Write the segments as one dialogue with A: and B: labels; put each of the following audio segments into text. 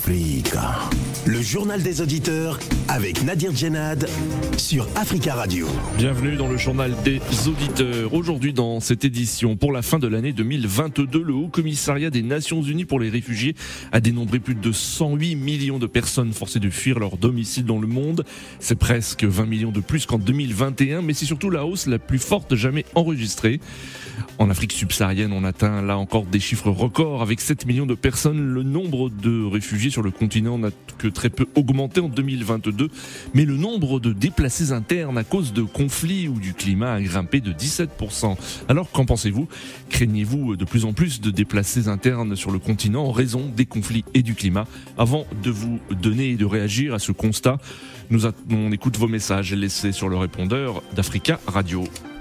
A: Africa. Le journal des auditeurs avec Nadir Djenad sur Africa Radio.
B: Bienvenue dans le journal des auditeurs. Aujourd'hui dans cette édition, pour la fin de l'année 2022, le Haut Commissariat des Nations Unies pour les réfugiés a dénombré plus de 108 millions de personnes forcées de fuir leur domicile dans le monde. C'est presque 20 millions de plus qu'en 2021, mais c'est surtout la hausse la plus forte jamais enregistrée. En Afrique subsaharienne, on atteint là encore des chiffres records. Avec 7 millions de personnes, le nombre de réfugiés sur le continent n'a que très peu augmenté en 2022. Mais le nombre de déplacés internes à cause de conflits ou du climat a grimpé de 17%. Alors qu'en pensez-vous ? Craignez-vous de plus en plus de déplacés internes sur le continent en raison des conflits et du climat ? Avant de vous donner et de réagir à ce constat, on écoute vos messages laissés sur le répondeur d'Africa Radio.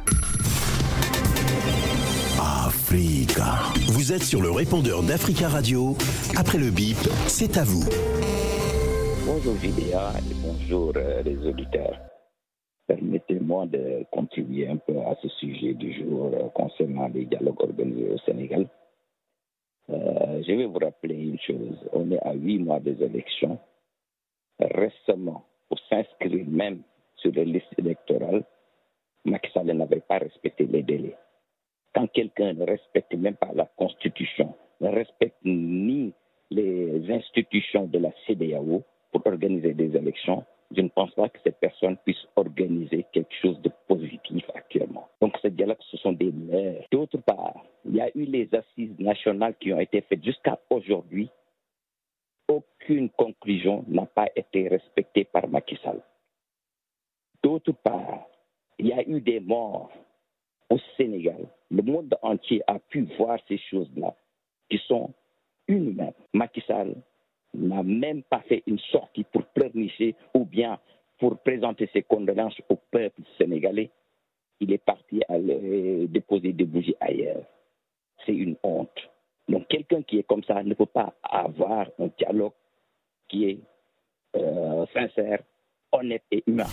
A: Africa. Vous êtes sur le répondeur d'Africa Radio. Après le bip, c'est à vous.
C: Bonjour Vidéa et bonjour les auditeurs. Permettez-moi de contribuer un peu à ce sujet du jour concernant les dialogues organisés au Sénégal. Je vais vous rappeler une chose. On est à 8 mois des élections. Récemment, pour s'inscrire même sur les listes électorales, Macky Sall n'avait pas respecté les délais. Quand quelqu'un ne respecte même pas la Constitution, ne respecte ni les institutions de la CEDEAO pour organiser des élections, je ne pense pas que cette personne puisse organiser quelque chose de positif actuellement. Donc ce dialogue, ce sont des leurres. D'autre part, il y a eu les assises nationales qui ont été faites jusqu'à aujourd'hui. Aucune conclusion n'a pas été respectée par Macky Sall. D'autre part, il y a eu des morts au Sénégal. Le monde entier a pu voir ces choses-là qui sont inhumaines. Macky Sall n'a même pas fait une sortie pour pleurnicher ou bien pour présenter ses condoléances au peuple sénégalais. Il est parti aller déposer des bougies ailleurs. C'est une honte. Donc quelqu'un qui est comme ça ne peut pas avoir un dialogue qui est sincère, honnête et humain.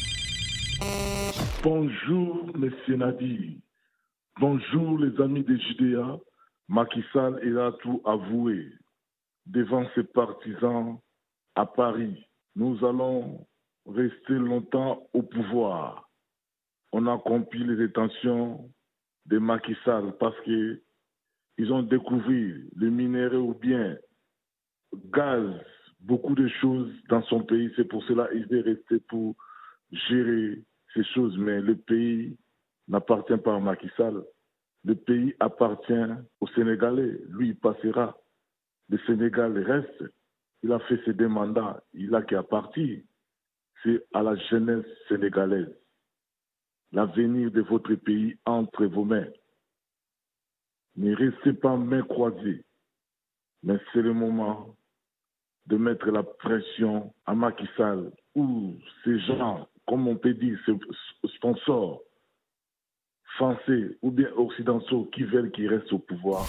D: Bonjour, Monsieur Nadir. Bonjour, les amis des JDA. Macky Sall est là tout avoué. Devant ses partisans à Paris, nous allons rester longtemps au pouvoir. On a accompli les intentions de Macky Sall parce qu'ils ont découvert le minerai ou bien gaz, beaucoup de choses dans son pays. C'est pour cela qu'il veut rester pour gérer ces choses, mais le pays n'appartient pas à Macky Sall. Le pays appartient aux Sénégalais. Lui, il passera. Le Sénégal reste. Il a fait ses 2 mandats. Il a qu'à partir. C'est à la jeunesse sénégalaise. L'avenir de votre pays entre vos mains. Ne restez pas mains croisées. Mais c'est le moment de mettre la pression à Macky Sall ou ces gens, comme on peut dire, ces sponsors français ou bien occidentaux qui veulent qu'il reste au pouvoir.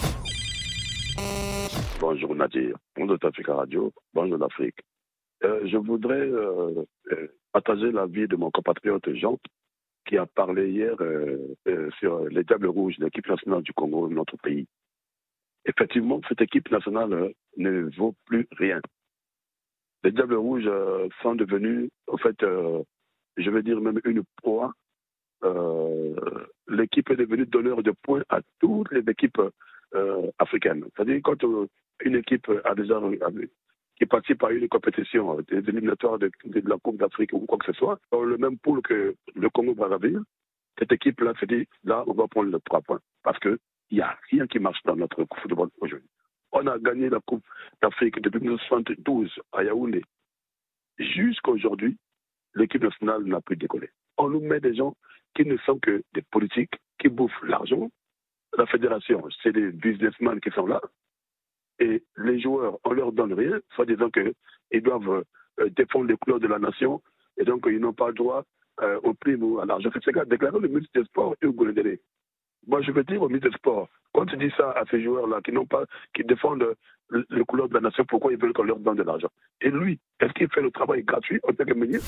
E: Bonjour Nadir, bonjour Africa Radio, bonjour l'Afrique. Je voudrais partager l'avis de mon compatriote Jean qui a parlé hier sur les Diables Rouges, l'équipe nationale du Congo, notre pays. Effectivement, cette équipe nationale ne vaut plus rien. Les Diables Rouges sont devenus, en fait, je veux dire même une proie. L'équipe est devenue donneur de points à toutes les équipes africaines. C'est-à-dire quand une équipe a déjà qui participe à une compétition des éliminatoires de la Coupe d'Afrique ou quoi que ce soit, dans le même pool que le Congo-Brazzaville, cette équipe-là se dit, là, on va prendre les 3 points. Parce qu'il n'y a rien qui marche dans notre football aujourd'hui. On a gagné la Coupe d'Afrique depuis 1972 à Yaoundé. Jusqu'à aujourd'hui, l'équipe nationale n'a plus décollé. On nous met des gens qui ne sont que des politiques, qui bouffent l'argent. La fédération, c'est des businessmen qui sont là. Et les joueurs, on leur donne rien, soit disant qu'ils doivent défendre les couleurs de la nation, et donc ils n'ont pas le droit au prix ou à l'argent. C'est ce qu'a déclaré le ministre des Sports, Hugo Ndélé. Moi, je veux dire au ministre des Sports, quand tu dis ça à ces joueurs-là qui défendent les couleurs de la nation, pourquoi ils veulent qu'on leur donne de l'argent? Et lui, est-ce qu'il fait le travail gratuit en tant que ministre?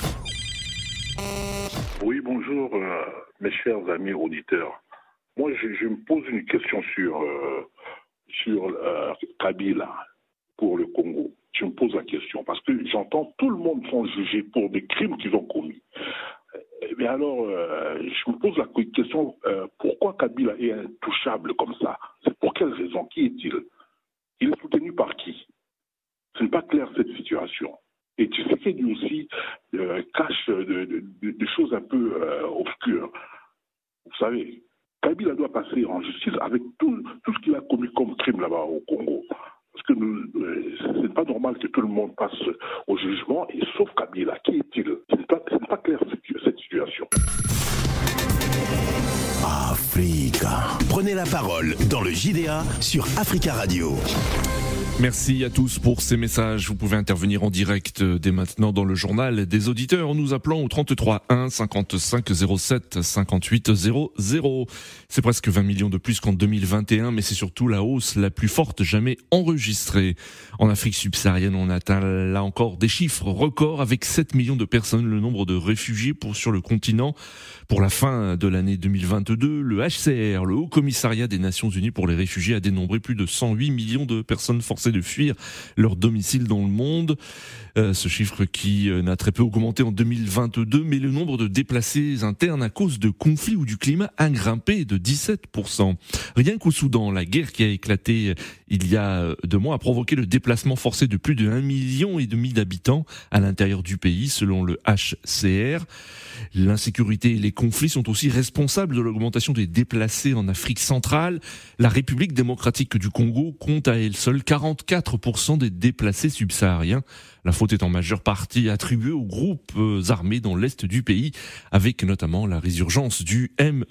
F: Oui, bonjour, mes chers amis auditeurs. Moi, je me pose une question sur Kabila pour le Congo. je me pose la question, parce que j'entends tout le monde sont jugés pour des crimes qu'ils ont commis. Mais alors, je me pose la question, pourquoi Kabila est intouchable comme ça? C'est pour quelle raison? Qui est-il? Il est soutenu par qui? Ce n'est pas clair cette situation. Et Tshisekedi aussi cache des choses un peu obscures. Vous savez, Kabila doit passer en justice avec tout ce qu'il a commis comme crime là-bas au Congo. Parce que ce n'est pas normal que tout le monde passe au jugement, et sauf Kabila. Qui est-il? Ce n'est pas clair cette situation.
A: Africa. Prenez la parole dans le JDA sur Africa Radio.
B: Merci à tous pour ces messages. Vous pouvez intervenir en direct dès maintenant dans le journal des auditeurs en nous appelant au 33 1 55 07 58 00. C'est presque 20 millions de plus qu'en 2021, mais c'est surtout la hausse la plus forte jamais enregistrée. En Afrique subsaharienne, on atteint là encore des chiffres records avec 7 millions de personnes, le nombre de réfugiés sur le continent. Pour la fin de l'année 2022, le HCR, le Haut Commissariat des Nations Unies pour les réfugiés, a dénombré plus de 108 millions de personnes forcées de fuir leur domicile dans le monde. Ce chiffre qui n'a très peu augmenté en 2022, mais le nombre de déplacés internes à cause de conflits ou du climat a grimpé de 17%. Rien qu'au Soudan, la guerre qui a éclaté il y a 2 mois a provoqué le déplacement forcé de plus de 1,5 million d'habitants à l'intérieur du pays, selon le HCR. L'insécurité et les conflits sont aussi responsables de l'augmentation des déplacés en Afrique centrale. La République démocratique du Congo compte à elle seule 44% des déplacés subsahariens. La faute est en majeure partie attribuée aux groupes armés dans l'est du pays, avec notamment la résurgence du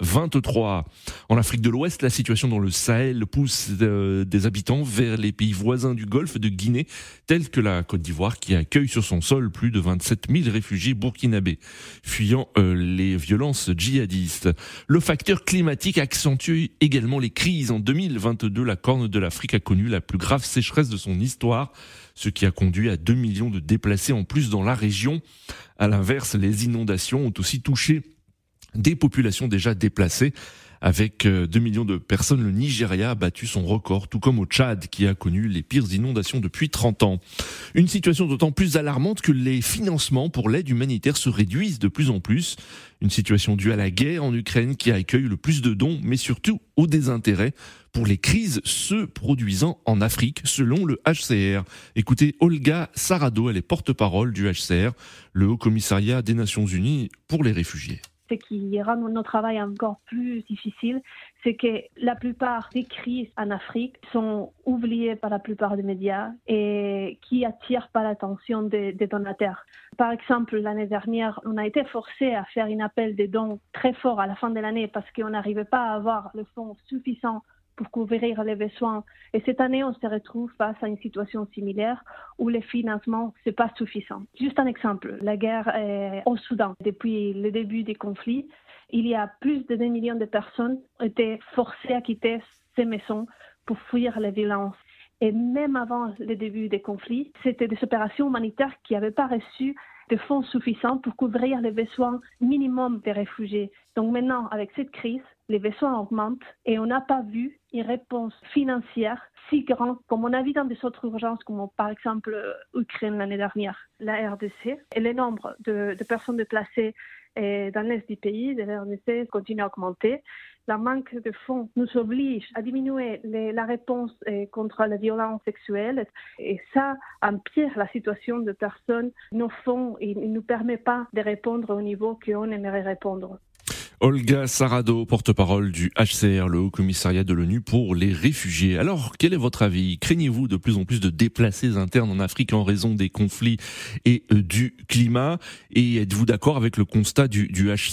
B: M23. En Afrique de l'Ouest, la situation dans le Sahel pousse des habitants vers les pays voisins du Golfe de Guinée, tels que la Côte d'Ivoire, qui accueille sur son sol plus de 27 000 réfugiés burkinabés, fuyant les violences djihadistes. Le facteur climatique accentue également les crises. En 2022, la Corne de l'Afrique a connu la plus grave sécheresse de son histoire, ce qui a conduit à 2 millions de déplacés en plus dans la région. À l'inverse, les inondations ont aussi touché des populations déjà déplacées. Avec 2 millions de personnes, le Nigeria a battu son record, tout comme au Tchad, qui a connu les pires inondations depuis 30 ans. Une situation d'autant plus alarmante que les financements pour l'aide humanitaire se réduisent de plus en plus. Une situation due à la guerre en Ukraine qui accueille le plus de dons, mais surtout au désintérêt pour les crises se produisant en Afrique, selon le HCR. Écoutez Olga Sarado, elle est porte-parole du HCR, le Haut Commissariat des Nations Unies pour les réfugiés.
G: Ce qui rend notre travail encore plus difficile, c'est que la plupart des crises en Afrique sont oubliées par la plupart des médias et qui attirent pas l'attention des donateurs. Par exemple, l'année dernière, on a été forcé à faire un appel de dons très fort à la fin de l'année parce qu'on n'arrivait pas à avoir le fonds suffisant pour couvrir les besoins. Et cette année, on se retrouve face à une situation similaire où le financement, c'est pas suffisant. Juste un exemple, la guerre au Soudan. Depuis le début des conflits, il y a plus de 2 millions de personnes qui ont été forcées à quitter ces maisons pour fuir les violences. Et même avant le début des conflits, c'était des opérations humanitaires qui n'avaient pas reçu de fonds suffisants pour couvrir les besoins minimums des réfugiés. Donc maintenant, avec cette crise, les besoins augmentent et on n'a pas vu une réponse financière si grande comme on a vu dans des autres urgences, comme par exemple l'Ukraine l'année dernière, la RDC. Et le nombre de personnes déplacées dans l'est du pays, de la RDC, continue à augmenter. La manque de fonds nous oblige à diminuer la réponse contre la violence sexuelle et ça empire la situation de personnes. Nos fonds ne nous permettent pas de répondre au niveau qu'on aimerait répondre.
B: Olga Sarado, porte-parole du HCR, le Haut Commissariat de l'ONU pour les réfugiés. Alors, quel est votre avis? Craignez-vous de plus en plus de déplacés internes en Afrique en raison des conflits et du climat? Et êtes-vous d'accord avec le constat du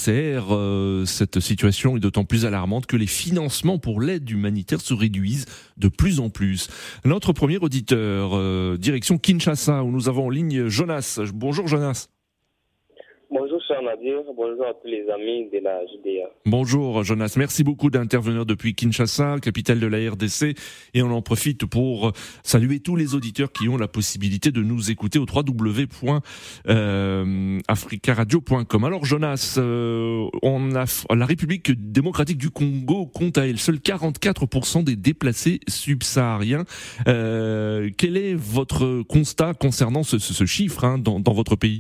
B: HCR? Cette situation est d'autant plus alarmante que les financements pour l'aide humanitaire se réduisent de plus en plus. Notre premier auditeur, direction Kinshasa, où nous avons en ligne Jonas. Bonjour Jonas.
H: Bonjour Bonsoir Nadir, bonjour à tous les amis de la JDA.
B: Bonjour Jonas, merci beaucoup d'intervenir depuis Kinshasa, capitale de la RDC, et on en profite pour saluer tous les auditeurs qui ont la possibilité de nous écouter au www.africaradio.com. Alors Jonas, la République démocratique du Congo compte à elle seule 44% des déplacés subsahariens. Quel est votre constat concernant ce chiffre dans votre pays?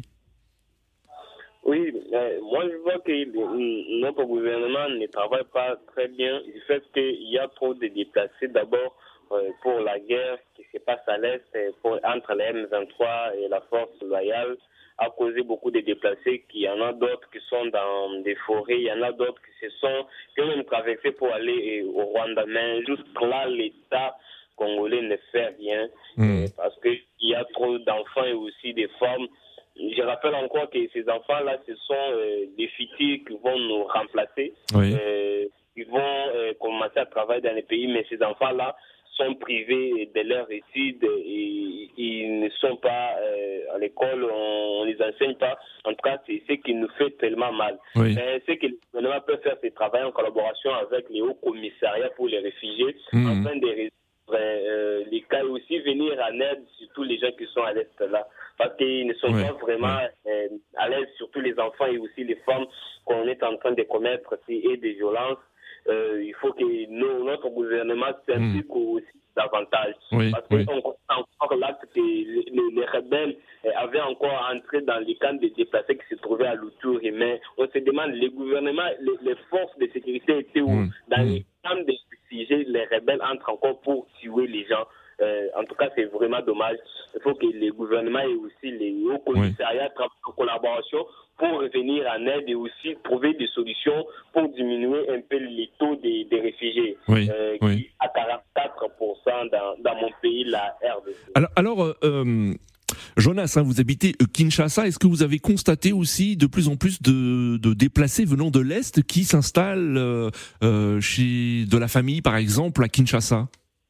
H: Oui, moi je vois que notre gouvernement ne travaille pas très bien du fait qu'il y a trop de déplacés. D'abord pour la guerre qui se passe à l'Est entre les M23 et la force loyale a causé beaucoup de déplacés. Il y en a d'autres qui sont dans des forêts, il y en a d'autres qui ont même traversé pour aller au Rwanda. Mais juste là, l'État congolais ne fait rien parce qu'il y a trop d'enfants et aussi des femmes. Je rappelle encore que ces enfants-là, ce sont des futurs qui vont nous remplacer.
B: Oui.
H: Ils vont commencer à travailler dans les pays, mais ces enfants-là sont privés de leurs études et ils ne sont pas à l'école, on ne les enseigne pas. En tout cas, c'est ce qui nous fait tellement mal.
B: Oui.
H: C'est que le gouvernement peut faire ce travail en collaboration avec les hauts commissariats pour les réfugiés, afin de résoudre les cas et aussi venir en aide, surtout les gens qui sont à l'Est là. Parce qu'ils ne sont pas vraiment à l'aise, surtout les enfants et aussi les femmes qu'on est en train de commettre et des violences. Il faut que notre gouvernement s'implique aussi davantage. Parce qu'on constate encore là que les rebelles avaient encore entré dans les camps de déplacés qui se trouvaient à Luturi. Mais on se demande, les gouvernements, les forces de sécurité étaient où? Dans les camps de réfugiés, les rebelles entrent encore pour tuer les gens. En tout cas, c'est vraiment dommage. Il faut que les gouvernements et aussi les hauts commissariats travaillent en collaboration pour revenir en aide et aussi trouver des solutions pour diminuer un peu les taux des réfugiés, qui à 44% dans mon pays, la RDC.
B: Alors Jonas, vous habitez Kinshasa. Est-ce que vous avez constaté aussi de plus en plus de déplacés venant de l'Est qui s'installent chez de la famille, par exemple, à Kinshasa?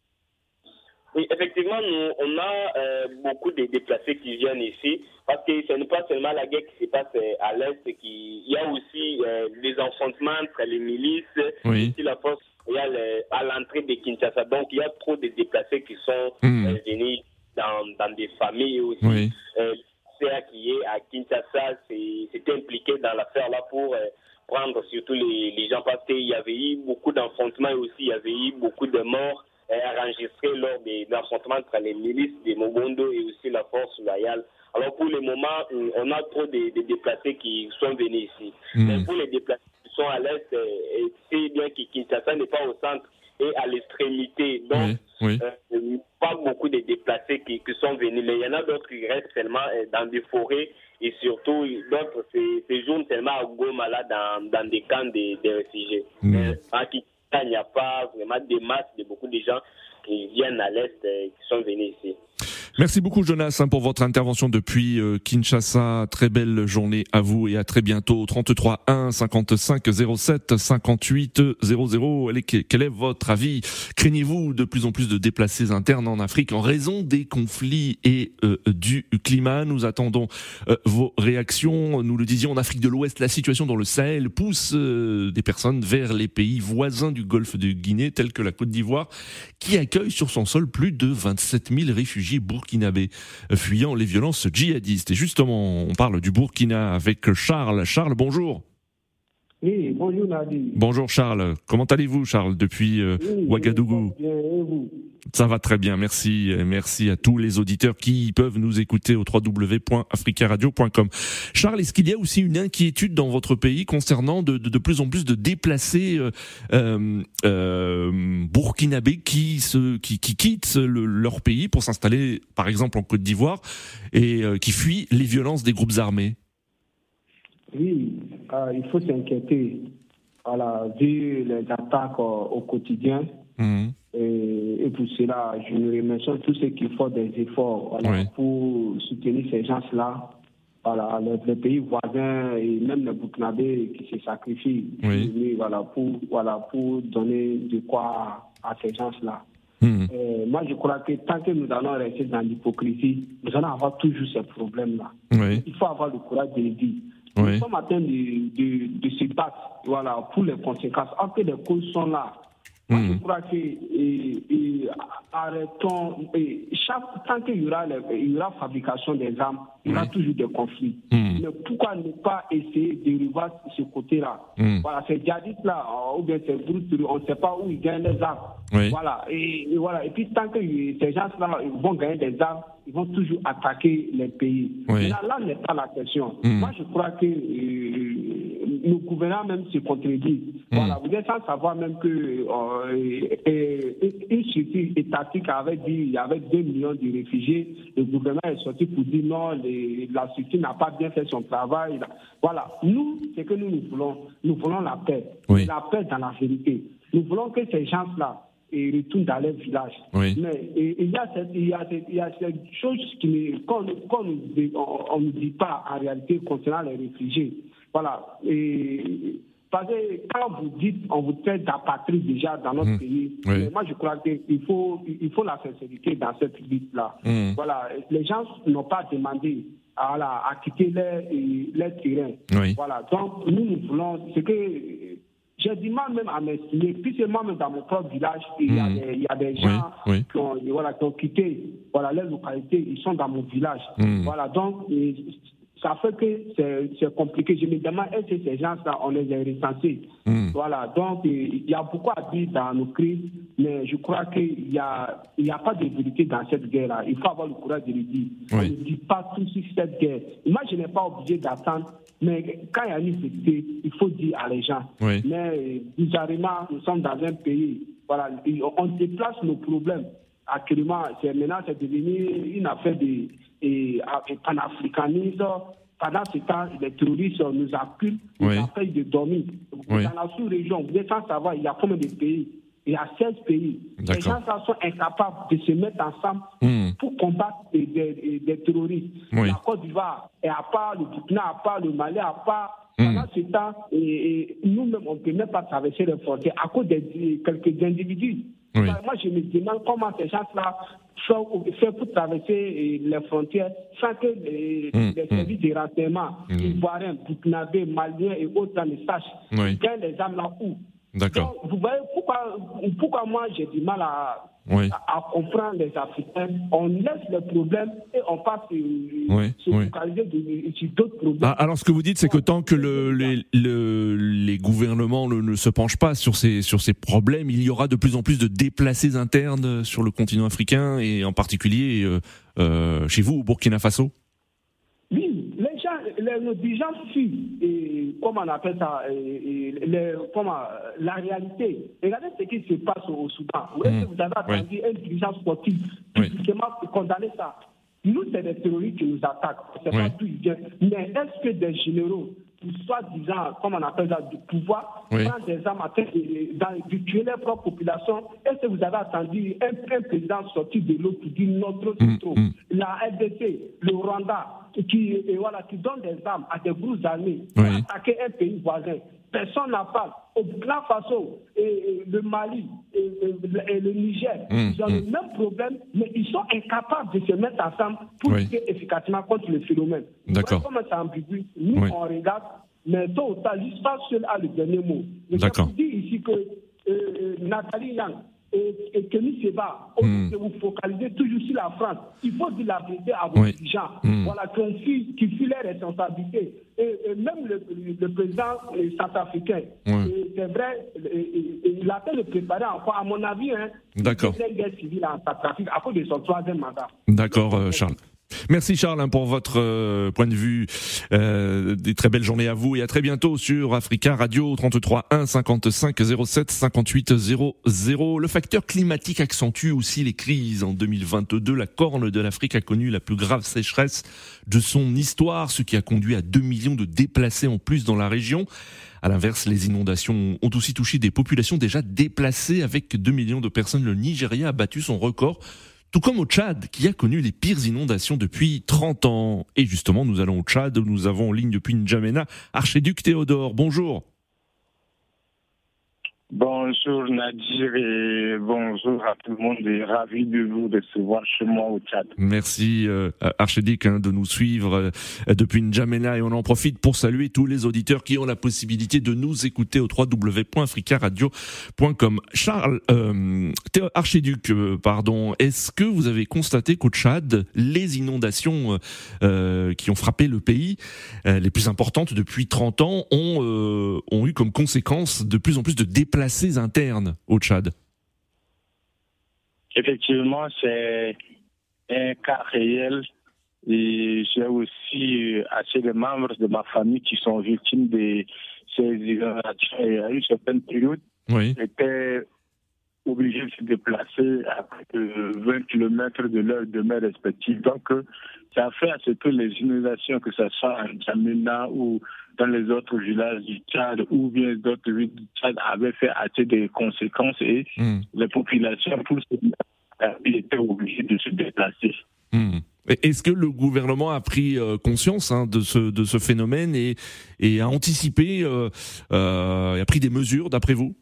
H: Oui, effectivement, on a beaucoup de déplacés qui viennent ici, parce que ce n'est pas seulement la guerre qui se passe à l'Est, il y a aussi des affrontements entre les milices, aussi la force royale à l'entrée de Kinshasa. Donc, il y a trop de déplacés qui sont venus dans des familles aussi. CA qui est à Kinshasa s'est impliqué dans l'affaire là pour prendre surtout les gens, parce qu'il y avait eu beaucoup d'affrontements et aussi il y avait eu beaucoup de morts enregistrés lors des affrontements entre les milices de Mobondo et aussi la force loyale. Alors pour le moment, on a trop de déplacés qui sont venus ici. Mais pour les déplacés qui sont à l'Est, c'est bien que Kinshasa n'est pas au centre et à l'extrémité. Donc, pas beaucoup de déplacés qui sont venus, mais il y en a d'autres qui restent seulement dans des forêts et surtout d'autres séjournent seulement à Goma, là, dans des camps de réfugiés. En Kinshasa, il n'y a pas vraiment des masses de beaucoup de gens qui viennent à l'Est qui sont venus ici.
B: Merci beaucoup Jonas pour votre intervention depuis Kinshasa. Très belle journée à vous et à très bientôt. 33 1 55 07 58 00. Quel est votre avis? Craignez-vous de plus en plus de déplacés internes en Afrique en raison des conflits et du climat? Nous attendons vos réactions. Nous le disions, en Afrique de l'Ouest, la situation dans le Sahel pousse des personnes vers les pays voisins du golfe de Guinée, tels que la Côte d'Ivoire, qui accueille sur son sol plus de 27 000 réfugiés burkinabés fuyant les violences djihadistes. Et justement, on parle du Burkina avec Charles. Charles, bonjour.
I: Oui, bonjour Nadi.
B: Bonjour Charles. Comment allez-vous Charles depuis Ouagadougou?
I: Bien, et vous?
B: Ça va très bien, merci. Merci à tous les auditeurs qui peuvent nous écouter au www.africaradio.com. Charles, est-ce qu'il y a aussi une inquiétude dans votre pays concernant de plus en plus de déplacés burkinabés qui quittent leur pays pour s'installer par exemple en Côte d'Ivoire et qui fuient les violences des groupes armés?
I: Oui, il faut s'inquiéter. Vu les attaques au quotidien. Et pour cela, je remercie tous ceux qui font des efforts pour soutenir ces gens-là. Les pays voisins et même les Burkinabés qui se sacrifient pour donner de quoi à ces gens-là. Moi, je crois que tant que nous allons rester dans l'hypocrisie, nous allons avoir toujours ces problèmes-là. Il faut avoir le courage de le dire. Nous sommes en train de se battre pour les conséquences. Après, les causes sont là. Moi, je crois que arrêtons. Tant qu'il y aura fabrication des armes, il y aura toujours des conflits. Mais pourquoi ne pas essayer de revoir ce côté-là? Voilà, ces djihadistes-là, ou bien ces groupes, on ne sait pas où ils gagnent les armes. Voilà, et puis tant que ces gens-là vont gagner des armes, ils vont toujours attaquer les pays. Là n'est pas la question. Moi, je crois que nos gouvernants même se contredisent. Voilà, vous êtes sans savoir même que une structure étatique avait dit qu'il y avait 2 millions de réfugiés. Le gouvernement est sorti pour dire non, la structure n'a pas bien fait son travail. Voilà, nous, c'est que nous voulons la paix. La paix dans la vérité. Nous voulons que ces gens-là retournent dans leur village. Mais il y a cette chose qu'on ne dit pas en réalité concernant les réfugiés. Voilà. Parce que quand vous dites, on vous traite d'apatride déjà dans notre pays, moi je crois qu'il faut la sincérité dans cette liste-là. Voilà. Les gens n'ont pas demandé à quitter leur terrain. Voilà. Donc nous voulons, c'est que j'ai du mal même à m'estimer, puisque moi-même dans mon propre village, il y a des gens qui ont quitté leur localité, ils sont dans mon village. Voilà, donc ça fait que c'est compliqué. Je me demande, est-ce que ces gens-là, on les a recensés? Voilà, donc il y a beaucoup à dire dans nos crises, mais je crois qu'il n'y a pas de vérité dans cette guerre-là. Il faut avoir le courage de le dire. On ne dit pas tout sur cette guerre. Moi, je n'ai pas obligé d'attendre, mais quand il y a une vérité, il faut dire à les gens. Mais bizarrement, nous sommes dans un pays, voilà, on déplace nos problèmes. Actuellement, maintenant, c'est devenu une affaire de panafricanisme. Pendant ce temps, les terroristes nous acculent, nous empêchent de dormir. Dans la sous-région, vous êtes sans savoir, il y a combien de pays? Il y a 16 pays. Les gens sont incapables de se mettre ensemble pour combattre des terroristes. La Côte d'Ivoire, et à part le Burkina, à part le Mali, à part... Pendant ce temps, nous-mêmes, on ne peut même pas traverser les frontières à cause de quelques individus. Moi, je me demande comment ces gens-là font pour traverser les frontières sans que les services de renseignement, ivoiriens, burkinabés, maliens et autres ne sachent. Ils gagnent les armes là où.
B: D'accord.
I: Donc, vous voyez pourquoi moi j'ai du mal à comprendre les Africains. On laisse les problèmes et on passe se focaliser sur d'autres problèmes.
B: Alors ce que vous dites, c'est que tant que les gouvernements ne se penchent pas sur ces problèmes, il y aura de plus en plus de déplacés internes sur le continent africain et en particulier chez vous au Burkina Faso.
I: Oui, nos dirigeants fuient, comment on appelle ça, la réalité. Regardez ce qui se passe au Soudan. Est-ce que vous avez entendu un dirigeant sportif publiquement condamner ça? Nous, c'est des terroristes qui nous attaquent. On ne sait pas d'où ils viennent. Mais est-ce que des généraux, soi-disant, comme on appelle ça, du pouvoir, prennent des armes de tuer leur propre population? Est-ce que vous avez entendu un président sortir de l'eau qui dit notre trop? La RDC, le Rwanda, qui donne des armes à des groupes armés pour attaquer un pays voisin. Personne n'en parle. Au Burkina Faso, le Mali, et le Niger, ils ont le même problème, mais ils sont incapables de se mettre ensemble pour lutter efficacement contre le phénomène.
B: D'accord.
I: Comment c'est ambigu? Nous, on regarde, mais tôt ou tard, l'histoire seule a le dernier mot. Je vous dis ici que Nathalie Yang et Kémy Séba, au lieu de vous focaliser toujours sur la France, il faut dire la vérité à vos dirigeants, qui fuient les responsabilités. Et même le président centrafricain, c'est vrai, il a fait le préparer encore, à mon avis, une guerre civile en Centrafrique à cause de son 3e mandat.
B: D'accord, Charles. Merci Charles pour votre point de vue. Des très belles journées à vous et à très bientôt sur Africa Radio 33 1 55 07 58 00. Le facteur climatique accentue aussi les crises. En 2022, la Corne de l'Afrique a connu la plus grave sécheresse de son histoire, ce qui a conduit à 2 millions de déplacés en plus dans la région. À l'inverse, les inondations ont aussi touché des populations déjà déplacées. Avec 2 millions de personnes, le Nigeria a battu son record, tout comme au Tchad, qui a connu les pires inondations depuis 30 ans. Et justement, nous allons au Tchad, où nous avons en ligne depuis N'Djamena, archiduc Théodore. Bonjour.
J: Bonjour Nadir et bonjour à tout le monde et ravi de vous recevoir chez moi au Tchad.
B: Merci Archédic de nous suivre depuis N'Djamena, et on en profite pour saluer tous les auditeurs qui ont la possibilité de nous écouter au www.africaradio.com. Charles, Archéduc, est-ce que vous avez constaté qu'au Tchad, les inondations qui ont frappé le pays, les plus importantes depuis 30 ans, ont eu comme conséquence de plus en plus de déplacés internes au Tchad? Effectivement,
J: c'est un cas réel et j'ai aussi assez de membres de ma famille qui sont victimes de ces inondations. Il y a eu certaines périodes qui étaient obligés de se déplacer à plus de 20 km de leur demeure respective. Donc, ça a fait à ce que les inondations, que ce soit à N'Djamena ou dans les autres villages du Tchad ou bien d'autres villes du Tchad, avaient fait assez de conséquences et les populations, pour étaient obligées de se déplacer.
B: Est-ce que le gouvernement a pris conscience de ce phénomène et a anticipé, et a pris des mesures d'après vous?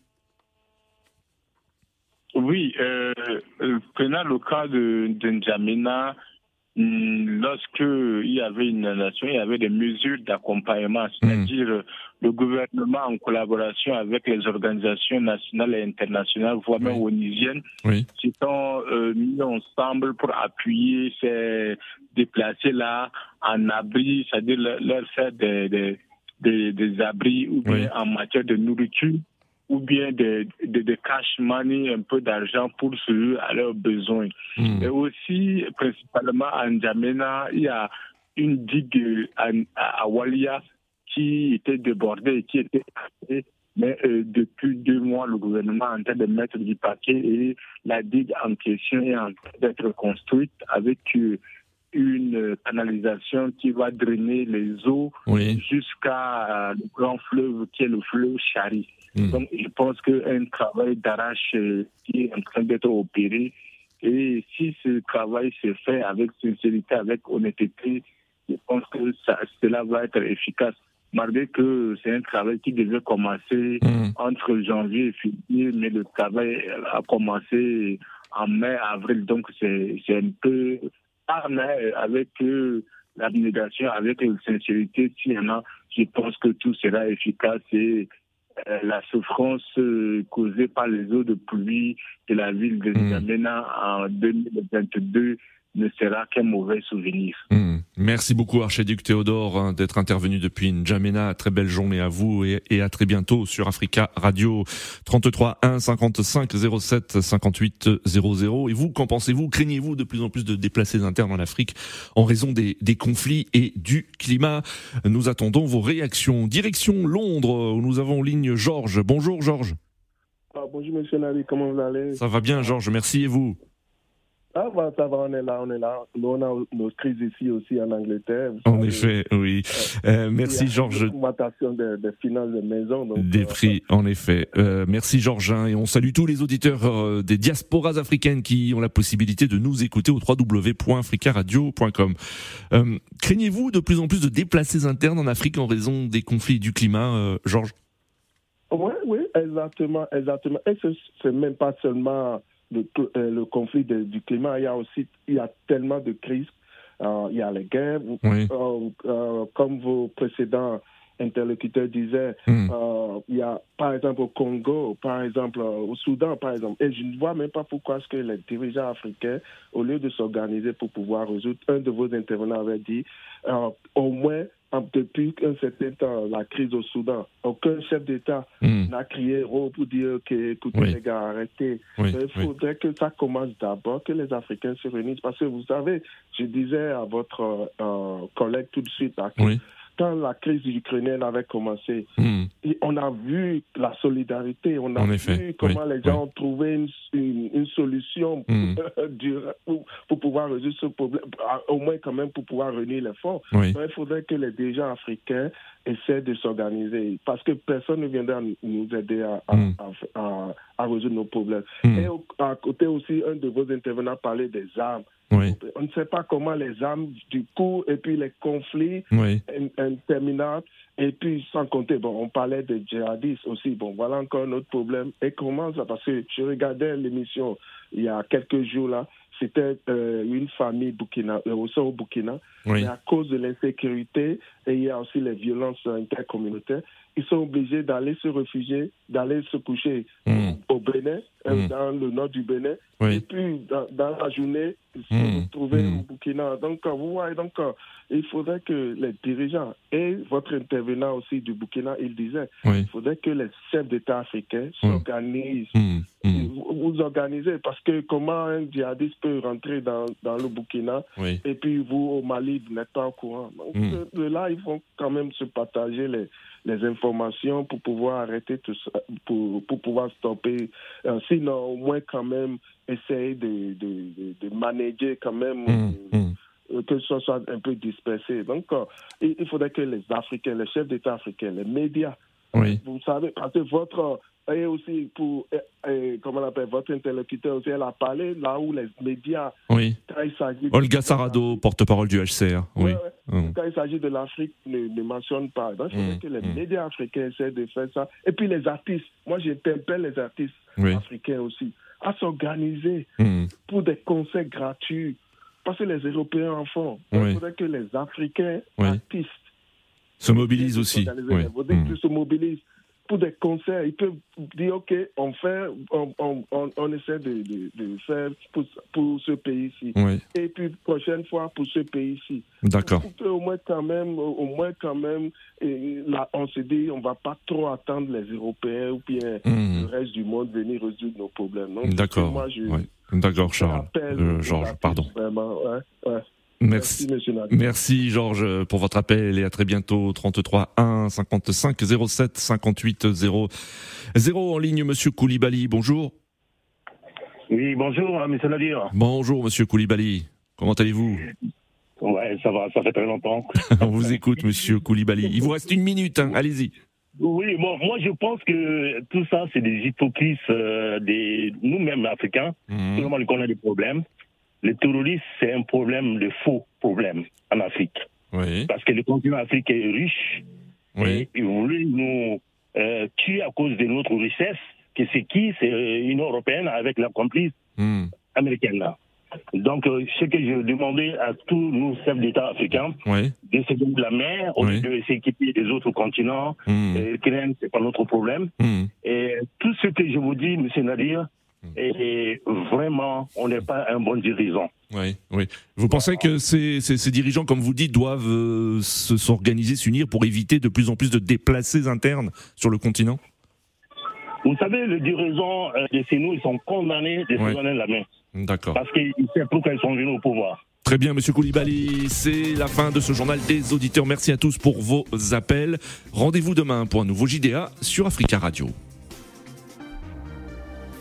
J: Oui, prenant le cas de N'Djamena, lorsque il y avait une inondation, il y avait des mesures d'accompagnement, c'est-à-dire le gouvernement en collaboration avec les organisations nationales et internationales, voire même onisiennes, se sont mis ensemble pour appuyer ces déplacés-là en abri, c'est-à-dire leur faire des abris ou bien en matière de nourriture, ou bien de cash money, un peu d'argent pour ceux à leurs besoins. Et aussi, principalement à N'Djamena, il y a une digue à Walia qui était débordée, qui était cassée. Mais depuis 2 mois, le gouvernement est en train de mettre du paquet et la digue en question est en train d'être construite avec une canalisation qui va drainer les eaux jusqu'à le grand fleuve qui est le fleuve Chari. Donc je pense qu'un travail d'arrache qui est en train d'être opéré, et si ce travail se fait avec sincérité, avec honnêteté, je pense que cela va être efficace. Malgré que c'est un travail qui devait commencer entre janvier et février, mais le travail a commencé en mai, avril, donc c'est un peu tard, mais avec l'abnégation, avec la sincérité, s'il y en a, je pense que tout sera efficace et la souffrance causée par les eaux de pluie de la ville de N'Djamena en 2022 ne sera qu'un mauvais souvenir.
B: Merci beaucoup Archéduc Théodore d'être intervenu depuis N'Djamena. Très belle journée à vous et à très bientôt sur Africa Radio. 33 1 55 07 58 00. Et vous, qu'en pensez-vous? Craignez-vous de plus en plus de déplacés internes en Afrique en raison des conflits et du climat? Nous attendons vos réactions. Direction Londres, où nous avons en ligne Georges. Bonjour Georges.
K: Bonjour monsieur Nali, comment vous allez?
B: Ça va bien Georges, merci, et vous?
K: Ça va, on est là. Nous, on a nos crises ici aussi en Angleterre.
B: En effet, oui. Merci Georges.
K: L'augmentation des finances des maisons. Donc,
B: des prix, en effet. Merci Georges. Et on salue tous les auditeurs des diasporas africaines qui ont la possibilité de nous écouter au www.africaradio.com. Craignez-vous de plus en plus de déplacés internes en Afrique en raison des conflits et du climat, Georges?
K: Oui, exactement. Et c'est même pas seulement le conflit du climat, il y a tellement de crises. Il y a les guerres, comme vos précédents interlocuteurs disaient, il y a par exemple au Congo, par exemple au Soudan, par exemple. Et je ne vois même pas pourquoi est-ce que les dirigeants africains, au lieu de s'organiser pour pouvoir résoudre, un de vos intervenants avait dit, au moins, depuis un certain temps, la crise au Soudan, aucun chef d'État n'a crié haut pour dire que, écoutez les gars, arrêtez. Il faudrait que ça commence d'abord, que les Africains se réunissent. Parce que vous savez, je disais à votre collègue tout de suite, quand la crise ukrainienne avait commencé, on a vu la solidarité, on a vu comment les gens ont trouvé une solution pour pouvoir résoudre ce problème, au moins quand même pour pouvoir réunir les fonds. Donc, il faudrait que les dirigeants africains essaient de s'organiser, parce que personne ne viendra nous aider à résoudre nos problèmes. Et à côté aussi, un de vos intervenants parlait des armes. Oui. On ne sait pas comment les armes du coup, et puis les conflits interminables, et puis sans compter, on parlait des djihadistes aussi. Voilà encore un autre problème. Et comment ça? Parce que je regardais l'émission il y a quelques jours là, c'était une famille au Burkina, mais à cause de l'insécurité et il y a aussi les violences intercommunautaires, ils sont obligés d'aller se réfugier, d'aller se coucher au Bénin, dans le nord du Bénin, et puis dans la journée, ils se retrouvaient au Burkina. Donc, vous voyez, il faudrait que les dirigeants et votre intervenant aussi du Burkina, il disait, il faudrait que les chefs d'État africains s'organisent. Vous organisez, parce que comment un djihadiste peut rentrer dans le Burkina, et puis vous, au Mali, vous n'êtes pas au courant. Donc, de là, il faut quand même se partager les informations pour pouvoir arrêter tout ça, pour pouvoir stopper. Sinon, au moins quand même essayer de manager quand même, que ce soit un peu dispersé. Donc, il faudrait que les Africains, les chefs d'État africains, les médias, vous savez, parce que et aussi comment on appelle, votre interlocuteur aussi, elle a parlé là où les médias, quand il s'agit
B: Olga Sarrado, porte-parole du HCR.
K: Quand il s'agit de l'Afrique, ne mentionne pas. Donc, il faudrait que les médias africains essaient de faire ça. Et puis les artistes, moi j'interpelle les artistes africains aussi à s'organiser pour des concerts gratuits, parce que les Européens en font. Il faudrait que les Africains artistes
B: se mobilisent aussi.
K: Se mobilisent pour des concerts. Ils peuvent dire, OK, on essaie de faire pour ce pays-ci. Et puis, prochaine fois, pour ce pays-ci.
B: D'accord.
K: Au moins quand même, là, on se dit, on ne va pas trop attendre les Européens ou bien le reste du monde venir résoudre nos problèmes. Donc,
B: d'accord.
K: Moi,
B: D'accord, Charles. Georges, pardon.
K: Vraiment,
B: Merci Georges pour votre appel et à très bientôt. 33 1 55 07 58 00 en ligne. Monsieur Koulibaly, bonjour.
L: Oui, bonjour, monsieur Nadir.
B: Bonjour, monsieur Koulibaly. Comment allez-vous?
L: Ouais, ça va, ça fait très longtemps.
B: On vous écoute, monsieur Koulibaly. Il vous reste une minute, allez-y.
L: Oui, bon, moi je pense que tout ça, c'est des hypocrites nous-mêmes africains. Tout le monde connaît des problèmes. Le terrorisme, c'est un problème, de faux problème en Afrique. Parce que le continent africain est riche. Et ils voulaient nous tuer à cause de notre richesse. Que c'est qui? C'est l'Union européenne avec la complice américaine. Là. Donc, ce que je demandais à tous nos chefs d'État africains, de se donner de la mer, au lieu de s'équiper des autres continents, l'Ukraine, c'est pas notre problème. Et tout ce que je vous dis, monsieur Nadir, et vraiment, on n'est pas un bon dirigeant.
B: Vous pensez que ces dirigeants, comme vous dites, doivent s'organiser, s'unir pour éviter de plus en plus de déplacés internes sur le continent?
L: Vous savez, les dirigeants de chez nous, ils sont condamnés de se donner la main.
B: D'accord.
L: Parce qu'ils savent pourquoi ils sont venus au pouvoir.
B: Très bien, monsieur Koulibaly, c'est la fin de ce journal des auditeurs. Merci à tous pour vos appels. Rendez-vous demain pour un nouveau JDA sur Africa Radio.